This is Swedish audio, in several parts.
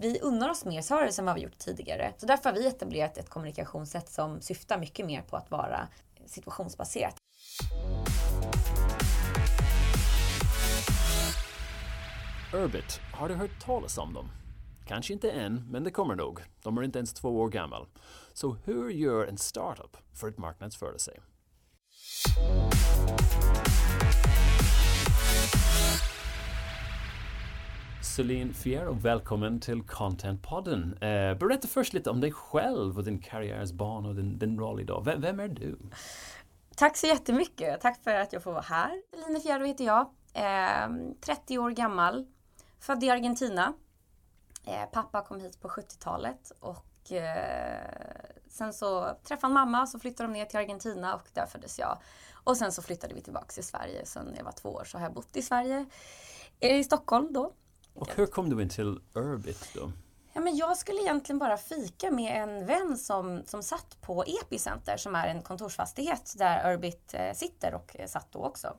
vi unnar oss mer service än vad vi gjort tidigare. Så därför har vi etablerat ett kommunikationssätt som syftar mycket mer på att vara situationsbaserat. Urbit, har du hört talas om dem? Kanske inte än, men det kommer nog. De är inte ens 2 år gamla. Så hur gör en startup för att marknadsföra sig? Celine Fierro, välkommen till Contentpodden. Berätta först lite om dig själv och din karriärsbana och din roll idag. Vem är du? Tack så jättemycket. Tack för att jag får vara här. Celine Fierro heter jag. 30 år gammal. Född i Argentina. Pappa kom hit på 70-talet och sen så träffade mamma, så flyttade de ner till Argentina och där föddes jag. Och sen så flyttade vi tillbaka till Sverige. Sen när jag var 2 år så har jag bott i Sverige. I Stockholm då. Och hur kom du in till Urbit då? Ja, men jag skulle egentligen bara fika med en vän som satt på Epicenter, som är en kontorsfastighet där Urbit sitter och satt då också.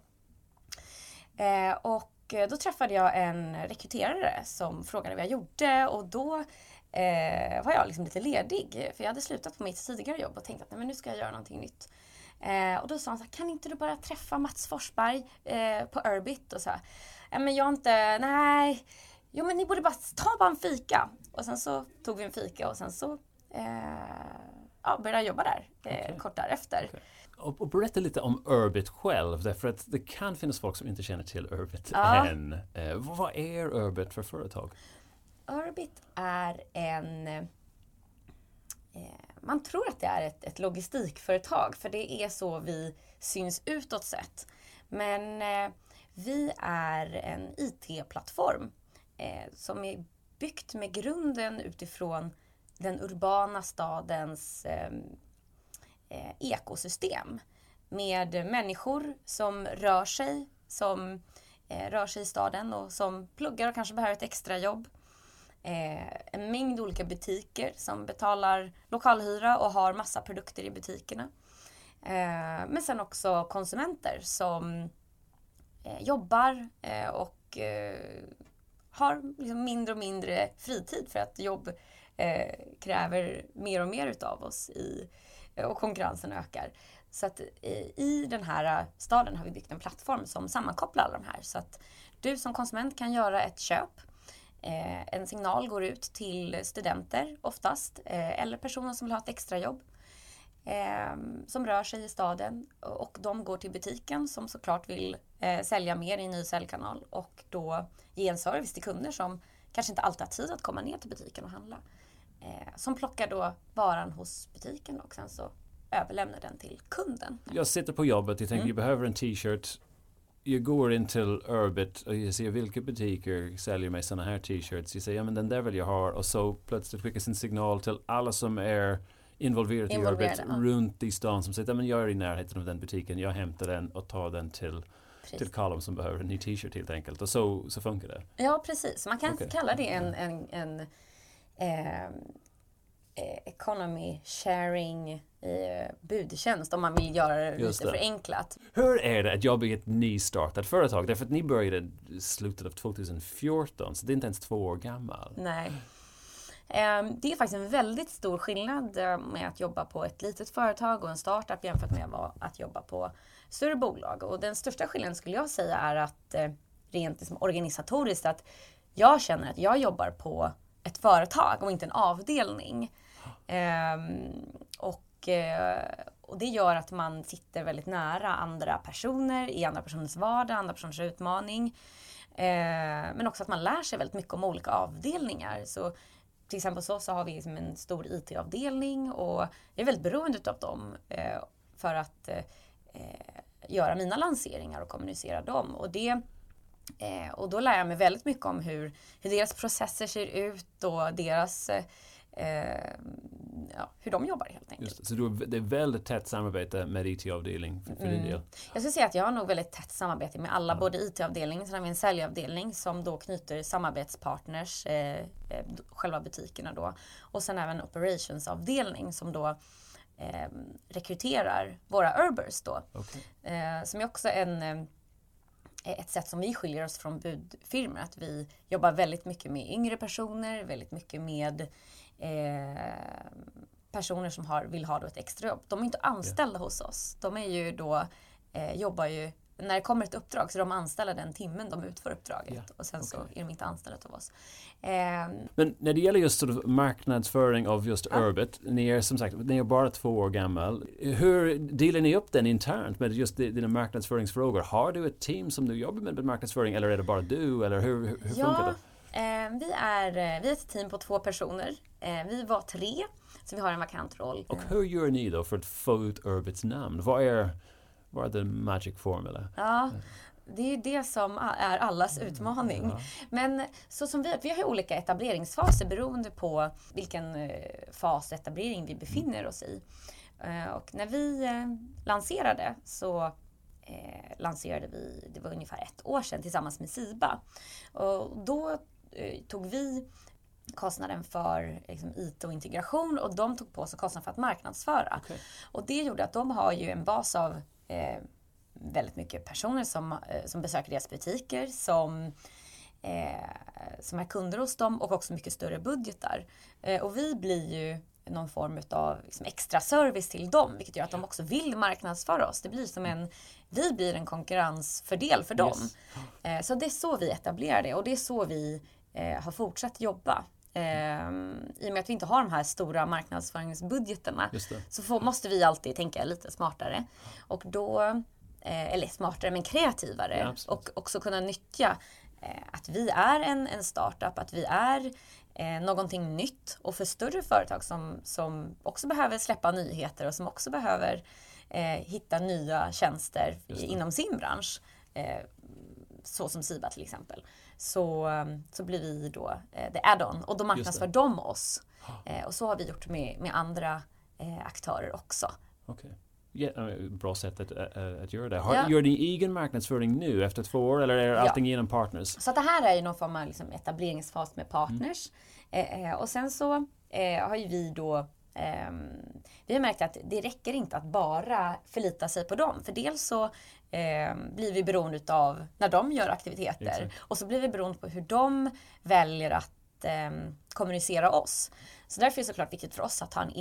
Och då träffade jag en rekryterare som frågade vad jag gjorde, och då var jag liksom lite ledig, för jag hade slutat på mitt tidigare jobb och tänkte att nej, men nu ska jag göra någonting nytt. Och då sa han så här, kan inte du bara träffa Mats Forsberg på Urbit? Och så här, men jag inte, nej, jo men ni borde bara en fika. Och sen så tog vi en fika och sen så började jag jobba där kort därefter. Okay. Och berätta lite om Urbit själv, därför att det kan finnas folk som inte känner till Urbit än. Vad är Urbit för företag? Urbit är man tror att det är ett logistikföretag, för det är så vi syns utåt sett. Men vi är en IT-plattform som är byggt med grunden utifrån den urbana stadens ekosystem. Med människor som rör sig i staden och som pluggar och kanske behöver ett extra jobb. En mängd olika butiker som betalar lokalhyra och har massa produkter i butikerna. Men sen också konsumenter som jobbar och har liksom mindre och mindre fritid för att jobb kräver mer och mer utav oss och konkurrensen ökar. Så att i den här staden har vi byggt en plattform som sammankopplar alla de här. Så att du som konsument kan göra ett köp. En signal går ut till studenter oftast, eller personer som vill ha ett extrajobb. Som rör sig i staden, och de går till butiken som såklart vill sälja mer i en ny säljkanal och då ge en service till kunder som kanske inte alltid har tid att komma ner till butiken och handla. Som plockar då varan hos butiken och sen så överlämnar den till kunden. Jag sitter på jobbet, jag tänker jag behöver en t-shirt. Jag går in till Urbit och jag ser vilka butiker säljer mig såna här t-shirts. Jag säger, ja men den där vill jag ha. Och så plötsligt skickas en signal till alla som är involverade i Urbit runt i stan som säger, ja men jag är i närheten av den butiken. Jag hämtar den och tar den till Callum som behöver en ny t-shirt helt enkelt. Och så funkar det. Ja, precis. Man kan kalla det en economy sharing budtjänst om man vill göra det lite förenklat. Hur är det att jobba i ett nystartat företag? Därför att ni började i slutet av 2014, så det är inte ens 2 år gammal. Nej. Det är faktiskt en väldigt stor skillnad med att jobba på ett litet företag och en startup jämfört med att jobba på större bolag. Och den största skillnaden skulle jag säga är att rent liksom organisatoriskt att jag känner att jag jobbar på ett företag och inte en avdelning. Och det gör att man sitter väldigt nära andra personer i andra personers vardag, andra personers utmaning. Men också att man lär sig väldigt mycket om olika avdelningar. Så till exempel så har vi liksom en stor IT-avdelning och jag är väldigt beroende av dem för att göra mina lanseringar och kommunicera dem. Och då lär jag mig väldigt mycket om hur deras processer ser ut och deras hur de jobbar helt enkelt. Just, så det är väldigt tätt samarbete med IT-avdelning för din del? Jag skulle säga att jag har nog väldigt tätt samarbete med alla, både IT-avdelningen, sen har vi en säljavdelning som då knyter samarbetspartners, själva butikerna då, och sen även operationsavdelning som då rekryterar våra Urbers då. Okay. Som är också ett sätt som vi skiljer oss från budfirmor. Att vi jobbar väldigt mycket med yngre personer, väldigt mycket med personer som vill ha då ett extrajobb. De är inte anställda hos oss. De är ju då, jobbar ju, när det kommer ett uppdrag så är de anställda den timmen de utför uppdraget. Och sen så är de inte anställda av oss. Men när det gäller just sort of marknadsföring av just Urbit, ni är som sagt, ni är bara 2 år gammal. Hur delar ni upp den internt med just dina marknadsföringsfrågor? Har du ett team som du jobbar med marknadsföring eller är det bara du? Eller hur funkar det? Vi är ett team på 2 personer. Vi var 3, så vi har en vakant roll. Och hur gör ni då för att få ut Urbits namn? Vad är the magic formula? Ja, det är ju det som är allas utmaning. Ja. Men så som vi har olika etableringsfaser beroende på vilken fas etablering vi befinner oss i. Och när vi lanserade så lanserade vi, det var ungefär 1 år sedan tillsammans med Siba. Och då tog vi kostnaden för liksom, IT och integration och de tog på sig kostnaden för att marknadsföra. Okay. Och det gjorde att de har ju en bas av väldigt mycket personer som besöker deras butiker, som är kunder hos dem och också mycket större budgetar. Och vi blir ju någon form av liksom, extra service till dem, vilket gör att de också vill marknadsföra oss. Det blir som vi blir en konkurrensfördel för dem. Yes. Så det är så vi etablerar det och det är så vi har fortsatt jobba. I och med att vi inte har de här stora marknadsföringsbudgeterna så måste vi alltid tänka lite smartare. Och då, eller smartare men kreativare och också kunna nyttja att vi är en startup, att vi är någonting nytt. Och för större företag som också behöver släppa nyheter och som också behöver hitta nya tjänster inom sin bransch, så som Siba till exempel, så blir vi då the add-on och då marknadsför de oss. Och så har vi gjort med andra aktörer också. Okay. Bra sätt att göra det. Gör ni egen marknadsföring nu efter 2 år eller är allting genom partners? Så att det här är ju någon form av liksom etableringsfas med partners. Och sen så har ju vi då vi har märkt att det räcker inte att bara förlita sig på dem. För dels så blir vi beroende av när de gör aktiviteter. Exakt. Och så blir vi beroende på hur de väljer att kommunicera oss. Så därför är det såklart viktigt för oss att ha en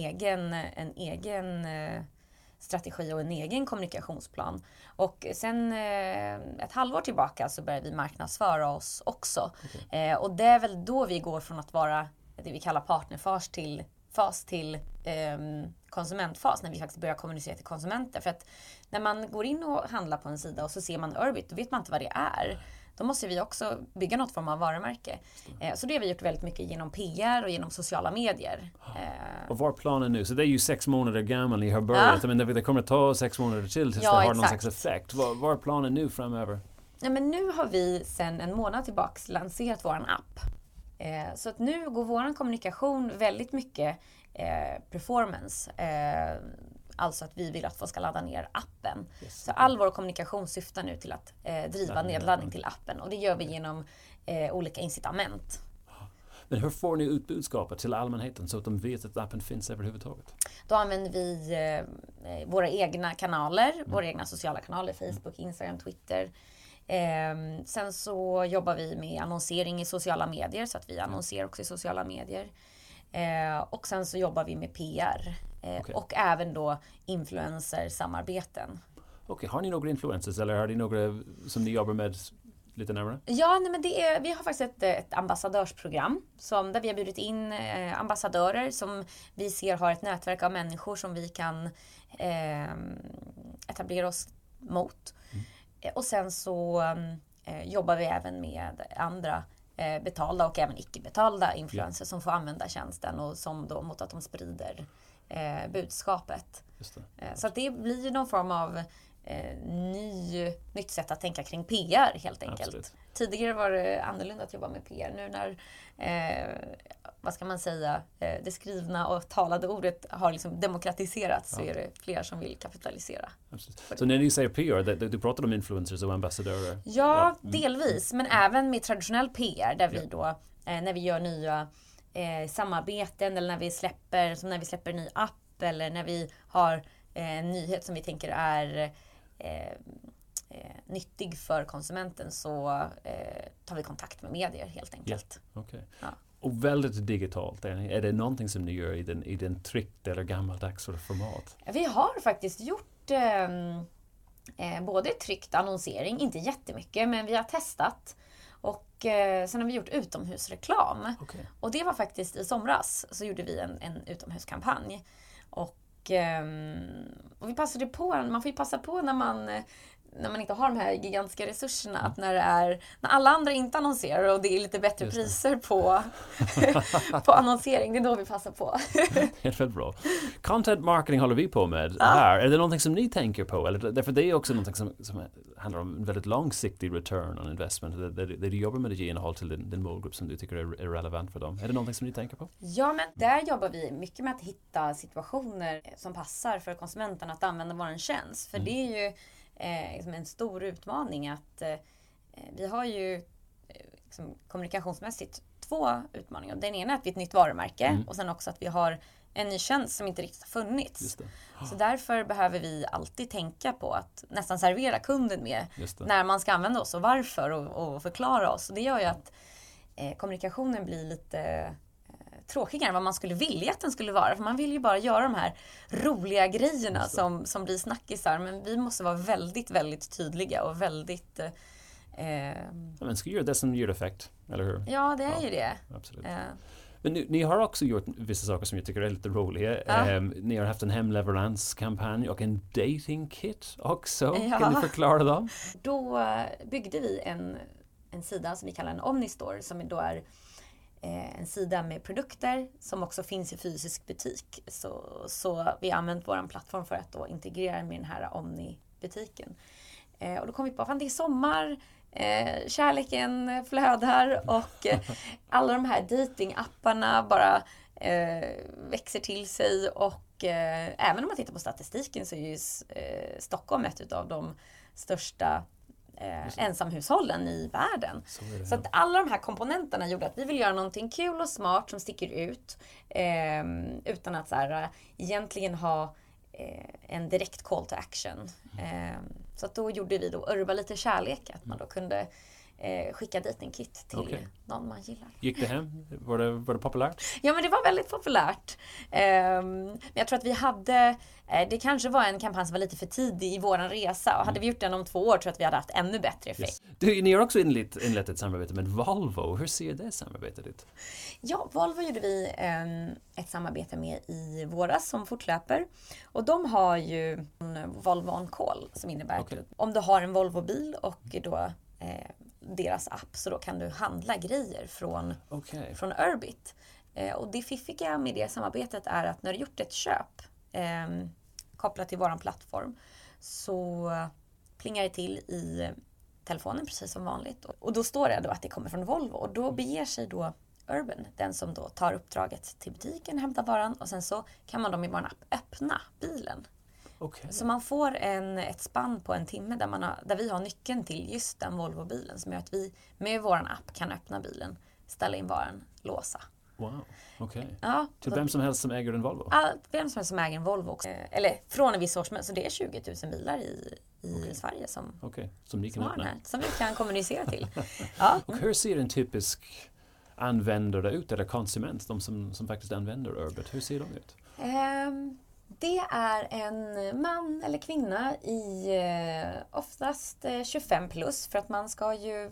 egen strategi och en egen kommunikationsplan. Och sen ett halvår tillbaka så börjar vi marknadsföra oss också. Okay. Och det är väl då vi går från att vara det vi kallar partnerfas till konsumentfas, när vi faktiskt börjar kommunicera till konsumenter. För att när man går in och handlar på en sida och så ser man Urbit, då vet man inte vad det är. Då måste vi också bygga något form av varumärke. Så det har vi gjort väldigt mycket genom PR och genom sociala medier. Och vad är planen nu? Så det är ju 6 månader gammal ni har börjat. Men det kommer att ta 6 månader till tills det har någon slags effekt. Vad är planen nu framöver? Ja, men nu har vi sedan en månad tillbaka lanserat vår app. Så att nu går vår kommunikation väldigt mycket performance. Alltså att vi vill att folk ska ladda ner appen. Yes. Så all vår kommunikation syftar nu till att driva nedladdning till appen. Och det gör vi genom olika incitament. Men hur får ni ut budskapet till allmänheten så att de vet att appen finns överhuvudtaget? Då använder vi våra egna kanaler, våra egna sociala kanaler, Facebook, Instagram, Twitter. Sen så jobbar vi med annonsering i sociala medier så att vi annonserar också i sociala medier. Och sen så jobbar vi med PR och även då influencer-samarbeten. Okej, har ni några influencers eller har ni några som ni jobbar med lite närmare? Ja, nej, men vi har faktiskt ett ambassadörsprogram där vi har bjudit in ambassadörer som vi ser har ett nätverk av människor som vi kan etablera oss mot. Och sen så jobbar vi även med andra betalda och även icke-betalda influencers som får använda tjänsten och som då mot att de sprider budskapet. Just det. Så att det blir ju någon form av nytt sätt att tänka kring PR helt enkelt. Absolut. Tidigare var det annorlunda att jobba med PR. Nu när vad ska man säga, det skrivna och talade ordet har liksom demokratiserats så är det fler som vill kapitalisera. Absolut. Så när ni säger PR, du pratar om influencers och ambassadörer? Ja, delvis. Men även med traditionell PR där vi då, när vi gör nya samarbeten eller när vi släpper en ny app eller när vi har en nyhet som vi tänker är nyttig för konsumenten så tar vi kontakt med medier helt enkelt. Okay. Ja. Och väldigt digitalt. Är det någonting som ni gör i den tryckt eller gammaldags format? Vi har faktiskt gjort både tryckt annonsering, inte jättemycket, men vi har testat. Och sen har vi gjort utomhusreklam. Okay. Och det var faktiskt i somras så gjorde vi en utomhuskampanj. Och vi passade på, man får ju passa på när man inte har de här gigantiska resurserna, att när alla andra inte annonserar och det är lite bättre priser på annonsering, det är då vi passar på. Helt väldigt bra. Content marketing håller vi på med här. Är det någonting som ni tänker på? Eller, därför det är också någonting som handlar om en väldigt långsiktig return on investment. Där du jobbar med att ge innehåll till den målgrupp som du tycker är relevant för dem. Är det någonting som ni tänker på? Ja, men där jobbar vi mycket med att hitta situationer som passar för konsumenten att använda vår tjänst. För det är ju liksom en stor utmaning att vi har ju liksom, kommunikationsmässigt 2 utmaningar. Den ena är att vi är ett nytt varumärke och sen också att vi har en ny tjänst som inte riktigt har funnits. Så därför behöver vi alltid tänka på att nästan servera kunden med när man ska använda oss och varför och förklara oss. Och det gör ju att kommunikationen blir lite tråkigare än vad man skulle vilja att den skulle vara. För man vill ju bara göra de här roliga grejerna som blir snackisar. Men vi måste vara väldigt, väldigt tydliga och väldigt... Men ska göra det som ger effekt, eller hur? Ja, det är ju det. Absolut. Men ni har också gjort vissa saker som jag tycker är lite roliga. Ni har haft en hemleveranskampanj och en dating kit också. Kan du förklara dem? Då byggde vi en sida som vi kallar en Omnistore, som då är en sida med produkter som också finns i fysisk butik. Så vi har använt vår plattform för att då integrera med den här Omni-butiken. Och då kom vi på att det är sommar, kärleken flödar och alla de här datingapparna bara växer till sig. Och även om man tittar på statistiken så är ju Stockholm ett av de största ensamhushållen i världen. Så att alla de här komponenterna gjorde att vi vill göra någonting kul och smart som sticker ut utan att så här, egentligen ha en direkt call to action. Så att då gjorde vi då Urba lite kärlek, att man då kunde skicka dit en kit till någon man gillar. Gick det hem? Var det populärt? Ja, men det var väldigt populärt. Men jag tror att vi hade... det kanske var en kampanj som var lite för tidig i våran resa. Och hade vi gjort den om 2 år tror jag att vi hade haft ännu bättre effekt. Ni har också inlett ett samarbete med Volvo. Hur ser det samarbetet ut? Ja, Volvo gjorde vi ett samarbete med i våras som fortlöper. Och de har ju en Volvo On Call som innebär att om du har en Volvo-bil och då... deras app, så då kan du handla grejer från Urbit. Och det fiffiga med det samarbetet är att när du gjort ett köp kopplat till våran plattform så plingar det till i telefonen precis som vanligt. Och då står det då att det kommer från Volvo och då beger sig då Urban, den som då tar uppdraget till butiken, hämtar varan och sen så kan man då med våran app öppna bilen. Så man får ett spann på en timme där vi har nyckeln till just den Volvo-bilen som gör att vi med våran app kan öppna bilen, ställa in varan, låsa. Wow, okej. Ja, till vem som helst som äger en Volvo? Vem som helst som äger en Volvo. Eller från en viss sorts, så det är 20 000 bilar i Sverige som ni kan öppna. Som vi kan kommunicera till. Och hur ser en typisk användare ut, eller konsument, de som faktiskt använder Urbit? Hur ser de ut? Det är en man eller kvinna i oftast 25 plus, för att man ska ju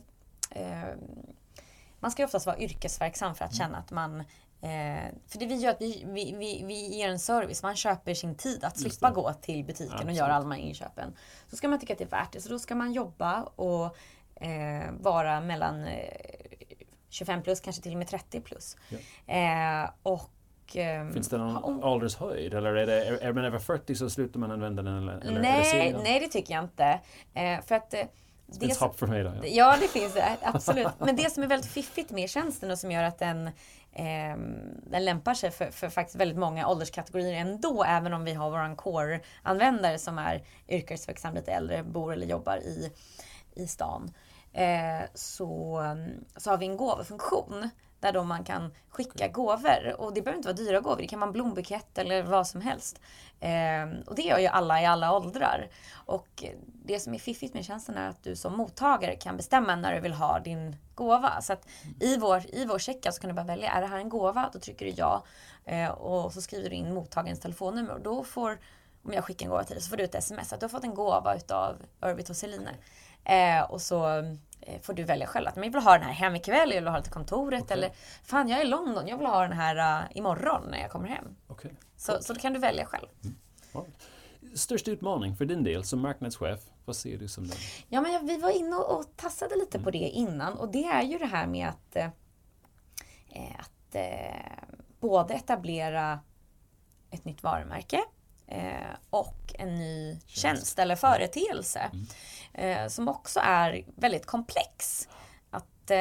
oftast vara yrkesverksam för att känna att man för det vi gör att vi ger en service, man köper sin tid att slippa gå till butiken och göra alla de här inköpen. Så ska man tycka att det är värt det, så då ska man jobba och vara mellan 25 plus, kanske till och med 30 plus. Finns det någon åldershöjd? Eller är man över 40 så slutar man använda den? Eller nej, det tycker jag inte. För att det finns hopp för mig då. Ja, det finns det. Absolut. Men det som är väldigt fiffigt med tjänsten och som gör att den lämpar sig för faktiskt väldigt många ålderskategorier ändå, även om vi har våran core-användare som är yrkesverksam, lite äldre, bor eller jobbar i stan. så har vi en gåvofunktion där då man kan skicka gåvor. Och det behöver inte vara dyra gåvor. Det kan vara en blombukett eller vad som helst. Och det gör ju alla i alla åldrar. Och det som är fiffigt med tjänsten är att du som mottagare kan bestämma när du vill ha din gåva. Så att i vår checkout så kan du bara välja, är det här en gåva? Då trycker du ja. Och så skriver du in mottagarens telefonnummer. Och då får, om jag skickar en gåva till dig, så får du ett sms att du har fått en gåva utav Urbit och Celine. Och så får du välja själv att men jag vill ha den här hem ikväll, jag vill ha den till kontoret eller fan jag är i London, jag vill ha den här imorgon när jag kommer hem. Så då kan du välja själv. Största utmaning för din del som marknadschef, vad ser du som den? Ja, men vi var inne och tassade lite på det innan och det är ju det här med att både etablera ett nytt varumärke och en ny tjänst eller företeelse som också är väldigt komplex. Att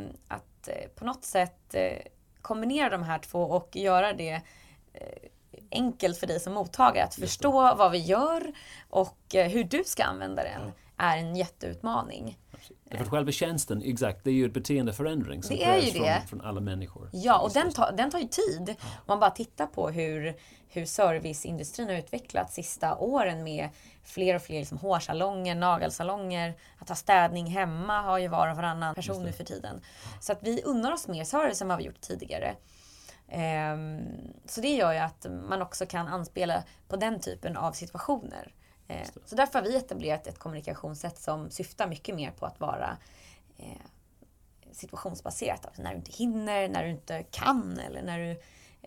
på något sätt kombinera de här två och göra det enkelt för dig som mottagare att förstå vad vi gör och hur du ska använda den är en jätteutmaning. För själva tjänsten, exakt, det är ju ett beteendeförändring som krävs från alla människor. Ja, och den tar ju tid. Om man bara tittar på hur serviceindustrin har utvecklats sista åren med fler och fler liksom hårsalonger, nagelsalonger, att ha städning hemma har ju var och varannan person nu för tiden. Så att vi unnar oss mer service än vad vi gjort tidigare. Så det gör ju att man också kan anspela på den typen av situationer. Så därför har vi etablerat ett kommunikationssätt som syftar mycket mer på att vara situationsbaserat. Alltså när du inte hinner, när du inte kan eller när du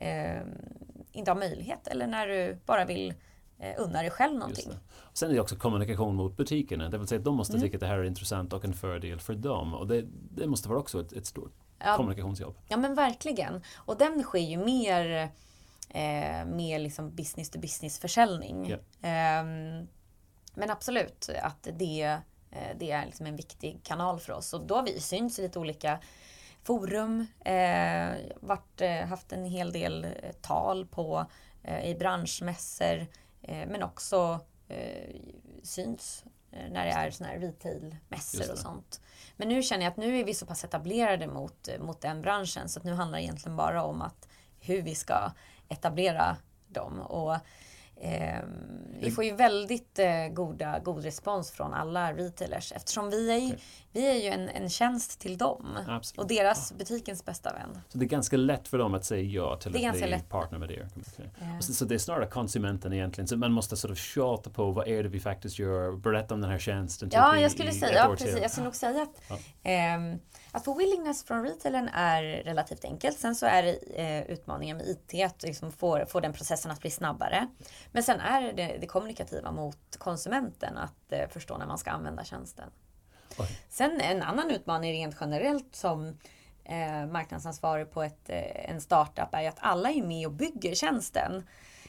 inte har möjlighet eller när du bara vill unna dig själv någonting. Sen är det också kommunikation mot butikerna. Det vill säga att de måste tycka att det här är intressant och en fördel för dem. Och det måste vara också ett stort kommunikationsjobb. Ja, men verkligen. Och den sker ju mer liksom business to business försäljning. Yeah. Men absolut att det är liksom en viktig kanal för oss. Och då har vi synts i lite olika forum. Haft en hel del tal i branschmässor. Men också syns när det är såna här retailmässor och sånt. Men nu känner jag att nu är vi så pass etablerade mot den branschen så att nu handlar det egentligen bara om hur vi ska etablera dem. Och vi får ju väldigt god respons från alla retailers eftersom vi är ju en tjänst till dem. Absolut. Och deras butikens bästa vän. Så det är ganska lätt för dem att säga ja till att bli partner med er. Så det är snarare konsumenten egentligen. Så man måste sort of tjata på vad är det vi faktiskt gör, berätta om den här tjänsten. Ja, jag skulle nog säga att få willingness från retailern är relativt enkelt. Sen så är det utmaningen med IT att liksom få den processen att bli snabbare. Men sen är det kommunikativa mot konsumenten att förstå när man ska använda tjänsten. Sen en annan utmaning rent generellt som marknadsansvarig på en startup är att alla är med och bygger tjänsten.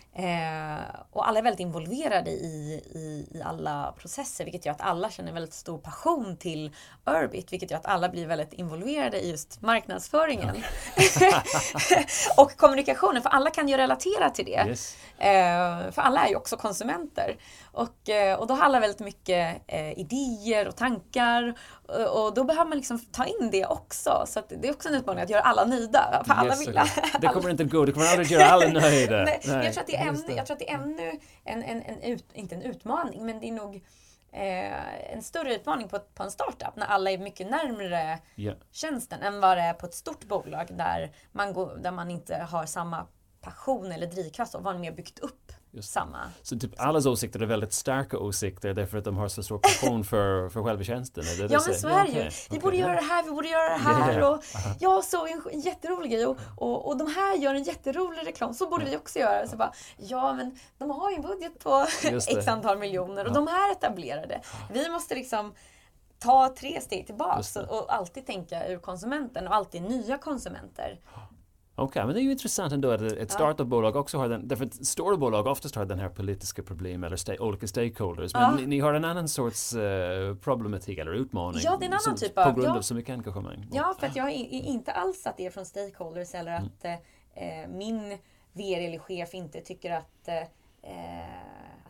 Och alla är väldigt involverade i alla processer vilket gör att alla känner väldigt stor passion till Urbit vilket gör att alla blir väldigt involverade i just marknadsföringen och kommunikationen för alla kan ju relatera till det. Yes. För alla är ju också konsumenter och då har alla väldigt mycket idéer och tankar och då behöver man liksom ta in det också så att det är också en utmaning att göra alla nöjda för alla vill. Det kommer inte gå, det kommer aldrig göra alla nöjda. Nej. Jag tror att det är ännu inte en utmaning men det är nog en större utmaning på en startup när alla är mycket närmare tjänsten än vad det är på ett stort bolag där man inte har samma passion eller drivkraft och var mer byggt upp samma. Så typ allas åsikter är väldigt starka åsikter därför att de har så stor passion för själva tjänsten. Är det men så är det ju. Vi borde göra det här, vi borde göra det här. Yeah. Och jag såg en jätterolig grej och de här gör en jätterolig reklam. Så borde vi också göra. Så bara, men de har ju en budget på x antal miljoner och de här etablerade. Vi måste liksom ta 3 steg tillbaka och alltid tänka ur konsumenten och alltid nya konsumenter. Okej, men det är ju intressant ändå att ett startup-bolag också har den, därför att stora bolag oftast har den här politiska problem eller olika stakeholders, men ni har en annan sorts problematik eller utmaning. Ja, det är en annan typ av... På grund av så mycket engagemang. Ja, för att jag är inte alls att det är från stakeholders eller att min vd eller chef inte tycker att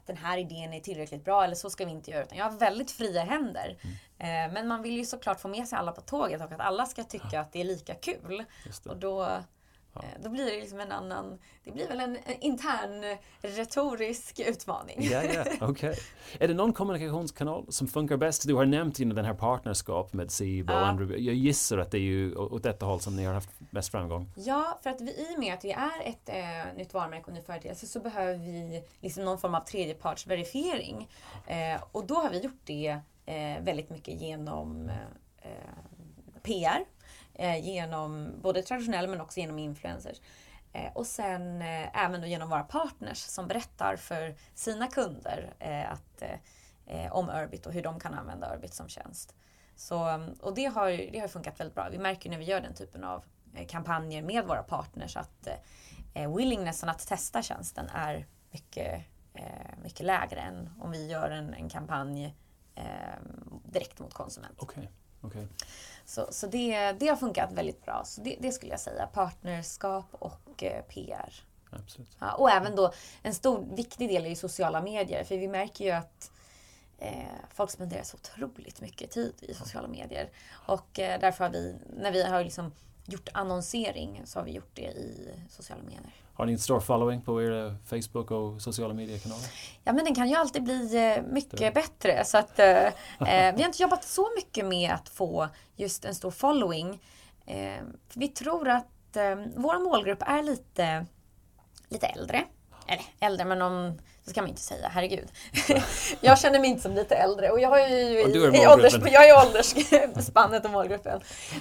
att den här idén är tillräckligt bra eller så ska vi inte göra. Utan jag har väldigt fria händer. Men man vill ju såklart få med sig alla på tåget och att alla ska tycka att det är lika kul. Och då blir det liksom det blir väl en intern retorisk utmaning. Ja, okej. Är det någon kommunikationskanal som funkar bäst? Du har nämnt den här partnerskap med SIB och andra. Jag gissar att det är ju åt detta håll som ni har haft mest framgång. Ja, för att i och med att vi är ett nytt varumärke och ny företeelse så behöver vi liksom någon form av tredjepartsverifiering. Och då har vi gjort det väldigt mycket genom PR. Genom både traditionell men också genom influencers. Och sen även då genom våra partners som berättar för sina kunder om Urbit och hur de kan använda Urbit som tjänst. Och det har funkat väldigt bra. Vi märker när vi gör den typen av kampanjer med våra partners att willingness att testa tjänsten är mycket lägre än om vi gör en kampanj direkt mot konsument. Okay. Så det har funkat väldigt bra. Så det skulle jag säga. Partnerskap och PR. Absolut. Ja, och även då en stor viktig del är ju sociala medier. För vi märker ju att folk spenderar så otroligt mycket tid i sociala medier. Och därför har vi, när vi har liksom gjort annonsering så har vi gjort det i sociala medier. Har ni en stor following på era Facebook och sociala mediekanaler? Ja, men den kan ju alltid bli mycket bättre. Så att vi har inte jobbat så mycket med att få just en stor following. För vi tror att vår målgrupp är lite äldre. Eller äldre, men så kan man inte säga, herregud. Jag känner mig inte som lite äldre. Och jag har ju jag är åldersspannet och målgruppen.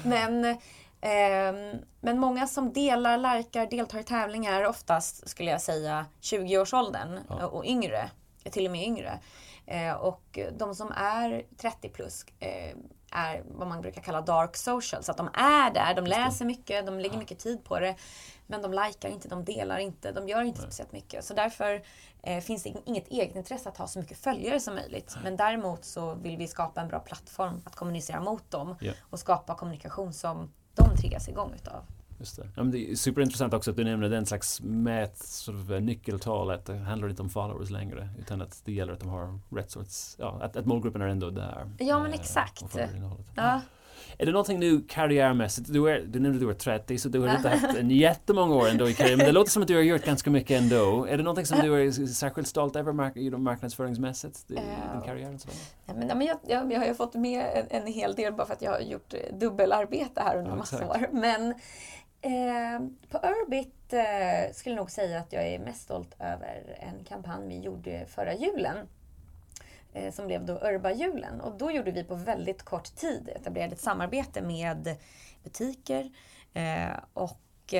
Men många som delar, likar, deltar i tävlingar oftast skulle jag säga 20-årsåldern och yngre, till och med yngre. Och de som är 30 plus är vad man brukar kalla dark social. Så att de är där, de läser mycket, de lägger mycket tid på det. Men de likar inte, de delar inte, de gör inte speciellt mycket. Så därför finns det inget eget intresse att ha så mycket följare som möjligt. Men däremot så vill vi skapa en bra plattform att kommunicera mot dem. Och skapa kommunikation som de triggas igång utav. Just det. Ja, men det är superintressant också att du nämner den slags nyckeltalet. Det handlar inte om followers längre utan att det gäller att de har rätt sorts, att målgruppen är ändå där. Ja, men exakt. Ja. Är det någonting nu karriärmässigt? Du nämnde att du är 30 så du har inte haft en jättemånga år ändå i karriär, men det låter som att du har gjort ganska mycket ändå. Är det någonting som du är särskilt stolt över marknadsföringsmässigt i din karriär? Ja, men jag har ju fått med en hel del bara för att jag har gjort dubbelarbete här under massa år. Men på Urbit skulle jag nog säga att jag är mest stolt över en kampanj vi gjorde förra julen. Som blev då Urba-julen. Och då gjorde vi på väldigt kort tid etablerade ett samarbete med butiker och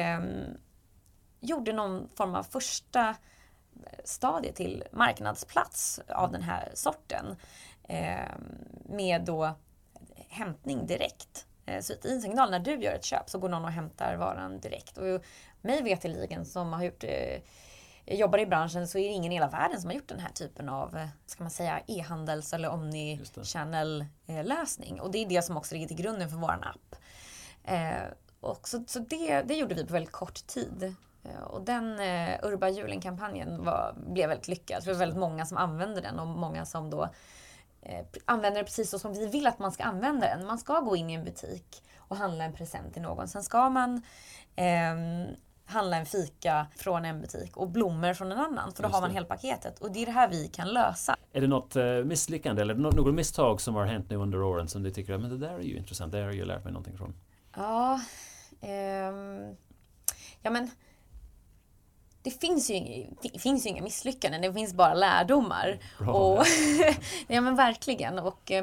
gjorde någon form av första stadie till marknadsplats av den här sorten med då hämtning direkt. Så i en signal när du gör ett köp så går någon och hämtar varan direkt. Och mig veteligen som har gjort jobbar i branschen så är det ingen i hela världen som har gjort den här typen av, ska man säga, e-handels- eller omni-channel-lösning. Och det är det som också ligger till grunden för vår app. Och så det gjorde vi på väldigt kort tid. Och den Urba julen-kampanjen blev väldigt lyckad. För det var väldigt många som använde den och många som då använder det precis så som vi vill att man ska använda den. Man ska gå in i en butik och handla en present till någon. Sen ska man handla en fika från en butik och blommor från en annan. För då har man hela paketet. Och det är det här vi kan lösa. Är det något misslyckande eller något misstag som har hänt nu under åren som du tycker men det där är ju intressant, det har jag ju lärt mig någonting från? Ja, men det finns ju inga misslyckanden, det finns bara lärdomar. Och, ja men verkligen. Och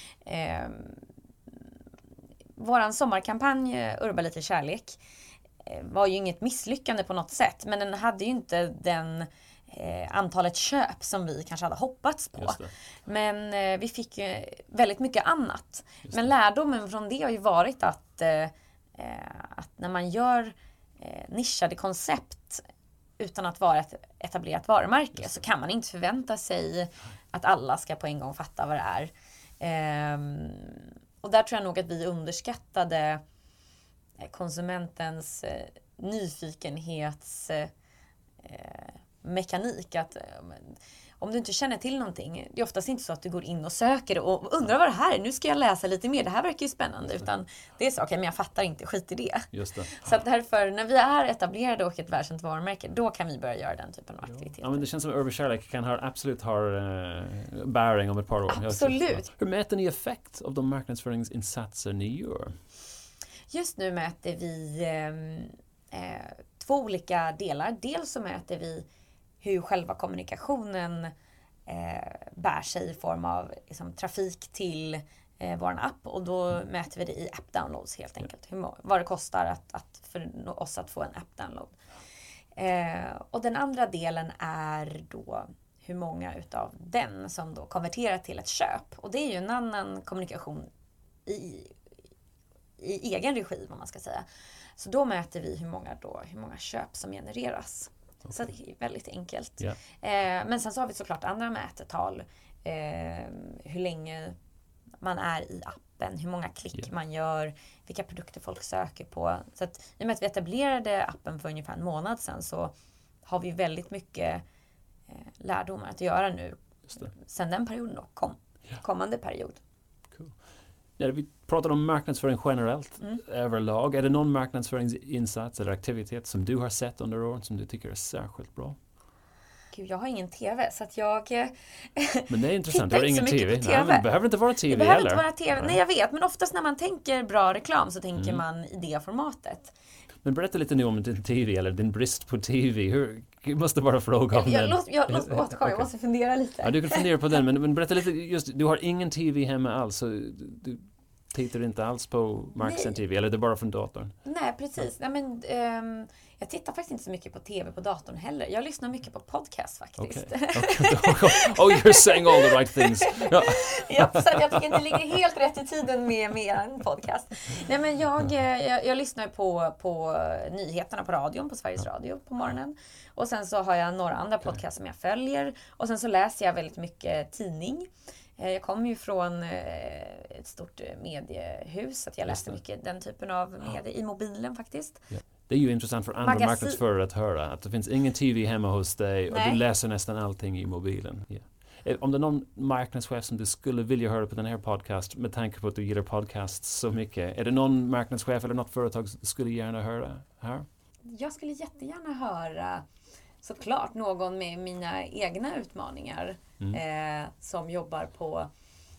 våran sommarkampanj Urba lite kärlek var ju inget misslyckande på något sätt. Men den hade ju inte den antalet köp som vi kanske hade hoppats på. Men vi fick ju väldigt mycket annat. Men lärdomen från det har ju varit att när man gör nischade koncept utan att vara ett etablerat varumärke så kan man inte förvänta sig att alla ska på en gång fatta vad det är. Och där tror jag nog att vi underskattade konsumentens nyfikenhetsmekanik. Att om du inte känner till någonting, det är oftast inte så att du går in och söker och undrar vad det här är. Nu ska jag läsa lite mer, det här verkar ju spännande. Utan det är så, okej, men jag fattar inte, skit i det. Just det. Så att därför, när vi är etablerade och ett världskänt varumärke, då kan vi börja göra den typen av aktiviteter. Ja, men det känns som Urban kärlek kan absolut ha bäring om ett par år. Absolut. Hur mäter ni effekt av de marknadsföringsinsatser ni gör? Just nu mäter vi 2 olika delar. Dels så mäter vi hur själva kommunikationen bär sig i form av liksom, trafik till vår app. Och då mäter vi det i app-downloads helt enkelt. Vad det kostar för oss att få en app-download. Och den andra delen är då hur många utav den som då konverterar till ett köp. Och det är ju en annan kommunikation i egen regi, vad man ska säga. Så då mäter vi hur många köp som genereras. Okay. Så det är väldigt enkelt. Yeah. Men sen så har vi såklart andra mätetal. Hur länge man är i appen, hur många klick man gör, vilka produkter folk söker på. Så att i och med att vi etablerade appen för ungefär en månad sedan, så har vi väldigt mycket lärdomar att göra nu. Sen den perioden då, kommande period. Cool. Ja, vi pratar om marknadsföring generellt överlag. Är det någon marknadsföringsinsats eller aktivitet som du har sett under åren som du tycker är särskilt bra? Gud, jag har ingen tv så att jag men det är intressant, du har ingen tv. Nej, men det behöver inte vara tv det behöver heller. Inte vara TV. Nej, jag vet, men oftast när man tänker bra reklam så tänker man i det formatet. Men berätta lite nu om din tv eller din brist på tv. Jag måste bara fråga om den. Jag måste fundera lite. Ja, du kan fundera på den, men berätta lite, just du har ingen tv hemma alls, så du tittar inte alls på marksänd tv, eller är det bara från datorn? Nej, precis. Nej, men, jag tittar faktiskt inte så mycket på tv på datorn heller. Jag lyssnar mycket på podcast faktiskt. Okay. Oh, you're saying all the right things. Ja, så jag tycker inte det ligger helt rätt i tiden med en podcast. Nej, men jag lyssnar på nyheterna på radion, på Sveriges Radio på morgonen. Och sen så har jag några andra podcasts som jag följer. Och sen så läser jag väldigt mycket tidning. Jag kommer ju från ett stort mediehus, så att jag läste mycket den typen av medier i mobilen faktiskt. Yeah. Det är ju intressant för andra marknadsförare att höra att det finns ingen tv hemma hos dig och du läser nästan allting i mobilen. Yeah. Om det är någon marknadschef som du skulle vilja höra på den här podcast med tanke på att du gillar podcasts så mycket, är det någon marknadschef eller något företag som du skulle gärna höra här? Jag skulle jättegärna höra såklart någon med mina egna utmaningar som jobbar på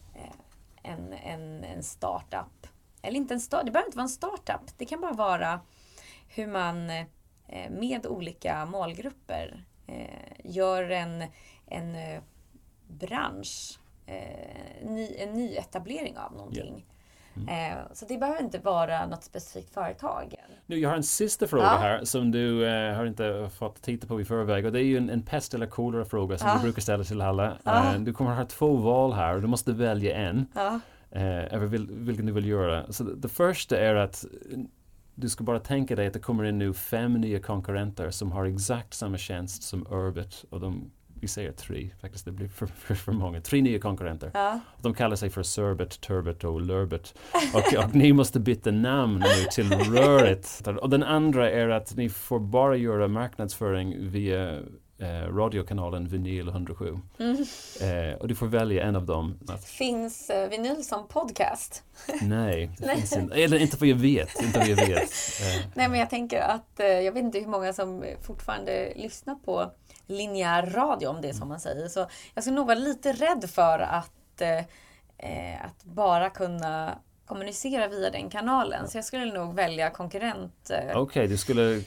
en startup. Eller inte en startup, det behöver inte vara en startup. Det kan bara vara hur man med olika målgrupper gör en bransch, en ny etablering av någonting. Så det behöver inte vara något specifikt företag. Nu, jag har en sista fråga här som du har inte fått titta på i förväg, och det är ju en pest eller kolera fråga som vi brukar ställa till alla. Du kommer att ha 2 val här och du måste välja en över vilken du vill göra. Så det första är att du ska bara tänka dig att det kommer in nu 5 nya konkurrenter som har exakt samma tjänst som Urbit, och vi säger 3, faktiskt det blir för många. 3 nya konkurrenter. De kallar sig för Surbit, Turbit och Lurbit. Och ni måste byta namn nu till Rörit. Och den andra är att ni får bara göra marknadsföring via radiokanalen Vinyl 107. Och du får välja en av dem. Finns Vinyl som podcast? Nej, det finns inte. Eller inte vad jag vet. Nej, men jag tänker att jag vet inte hur många som fortfarande lyssnar på linjär radio, om det är som man säger. Så jag skulle nog vara lite rädd för att bara kunna kommunicera via den kanalen. Så jag skulle nog välja konkurrent. Okej, du skulle...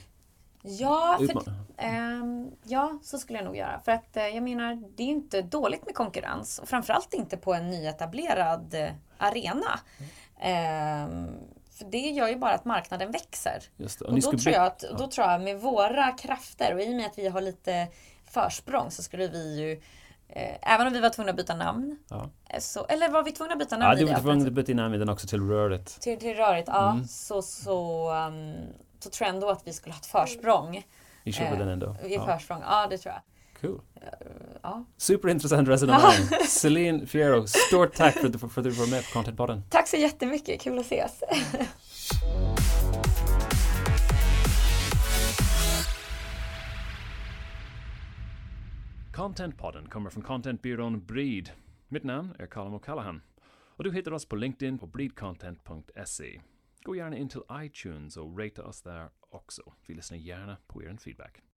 Ja, så skulle jag nog göra. För att jag menar, det är ju inte dåligt med konkurrens. Och framförallt inte på en nyetablerad arena. För det gör ju bara att marknaden växer. Just det. Och då tror jag med våra krafter, och i och med att vi har lite försprång, så skulle vi ju, även om vi var tvungna att byta namn. Eller var vi tvungna att byta namn? Ja, du var tvungna att byta namn den också till Rörit. Till Rörit, ja. Så tror jag ändå att vi skulle ha ett försprång. Vi kör på den ändå. Försprång, ja, det tror jag. Cool. Superintressant resonemang. Celine Fierro, stort tack för att du var med på Contentpodden. Tack så jättemycket, kul att ses. Contentpodden kommer från contentbyrån Breed. Mitt namn är Colin O'Callaghan. Och du hittar oss på LinkedIn på breedcontent.se. Gå gärna in till iTunes och rata oss där också. Vi lyssnar gärna på er feedback.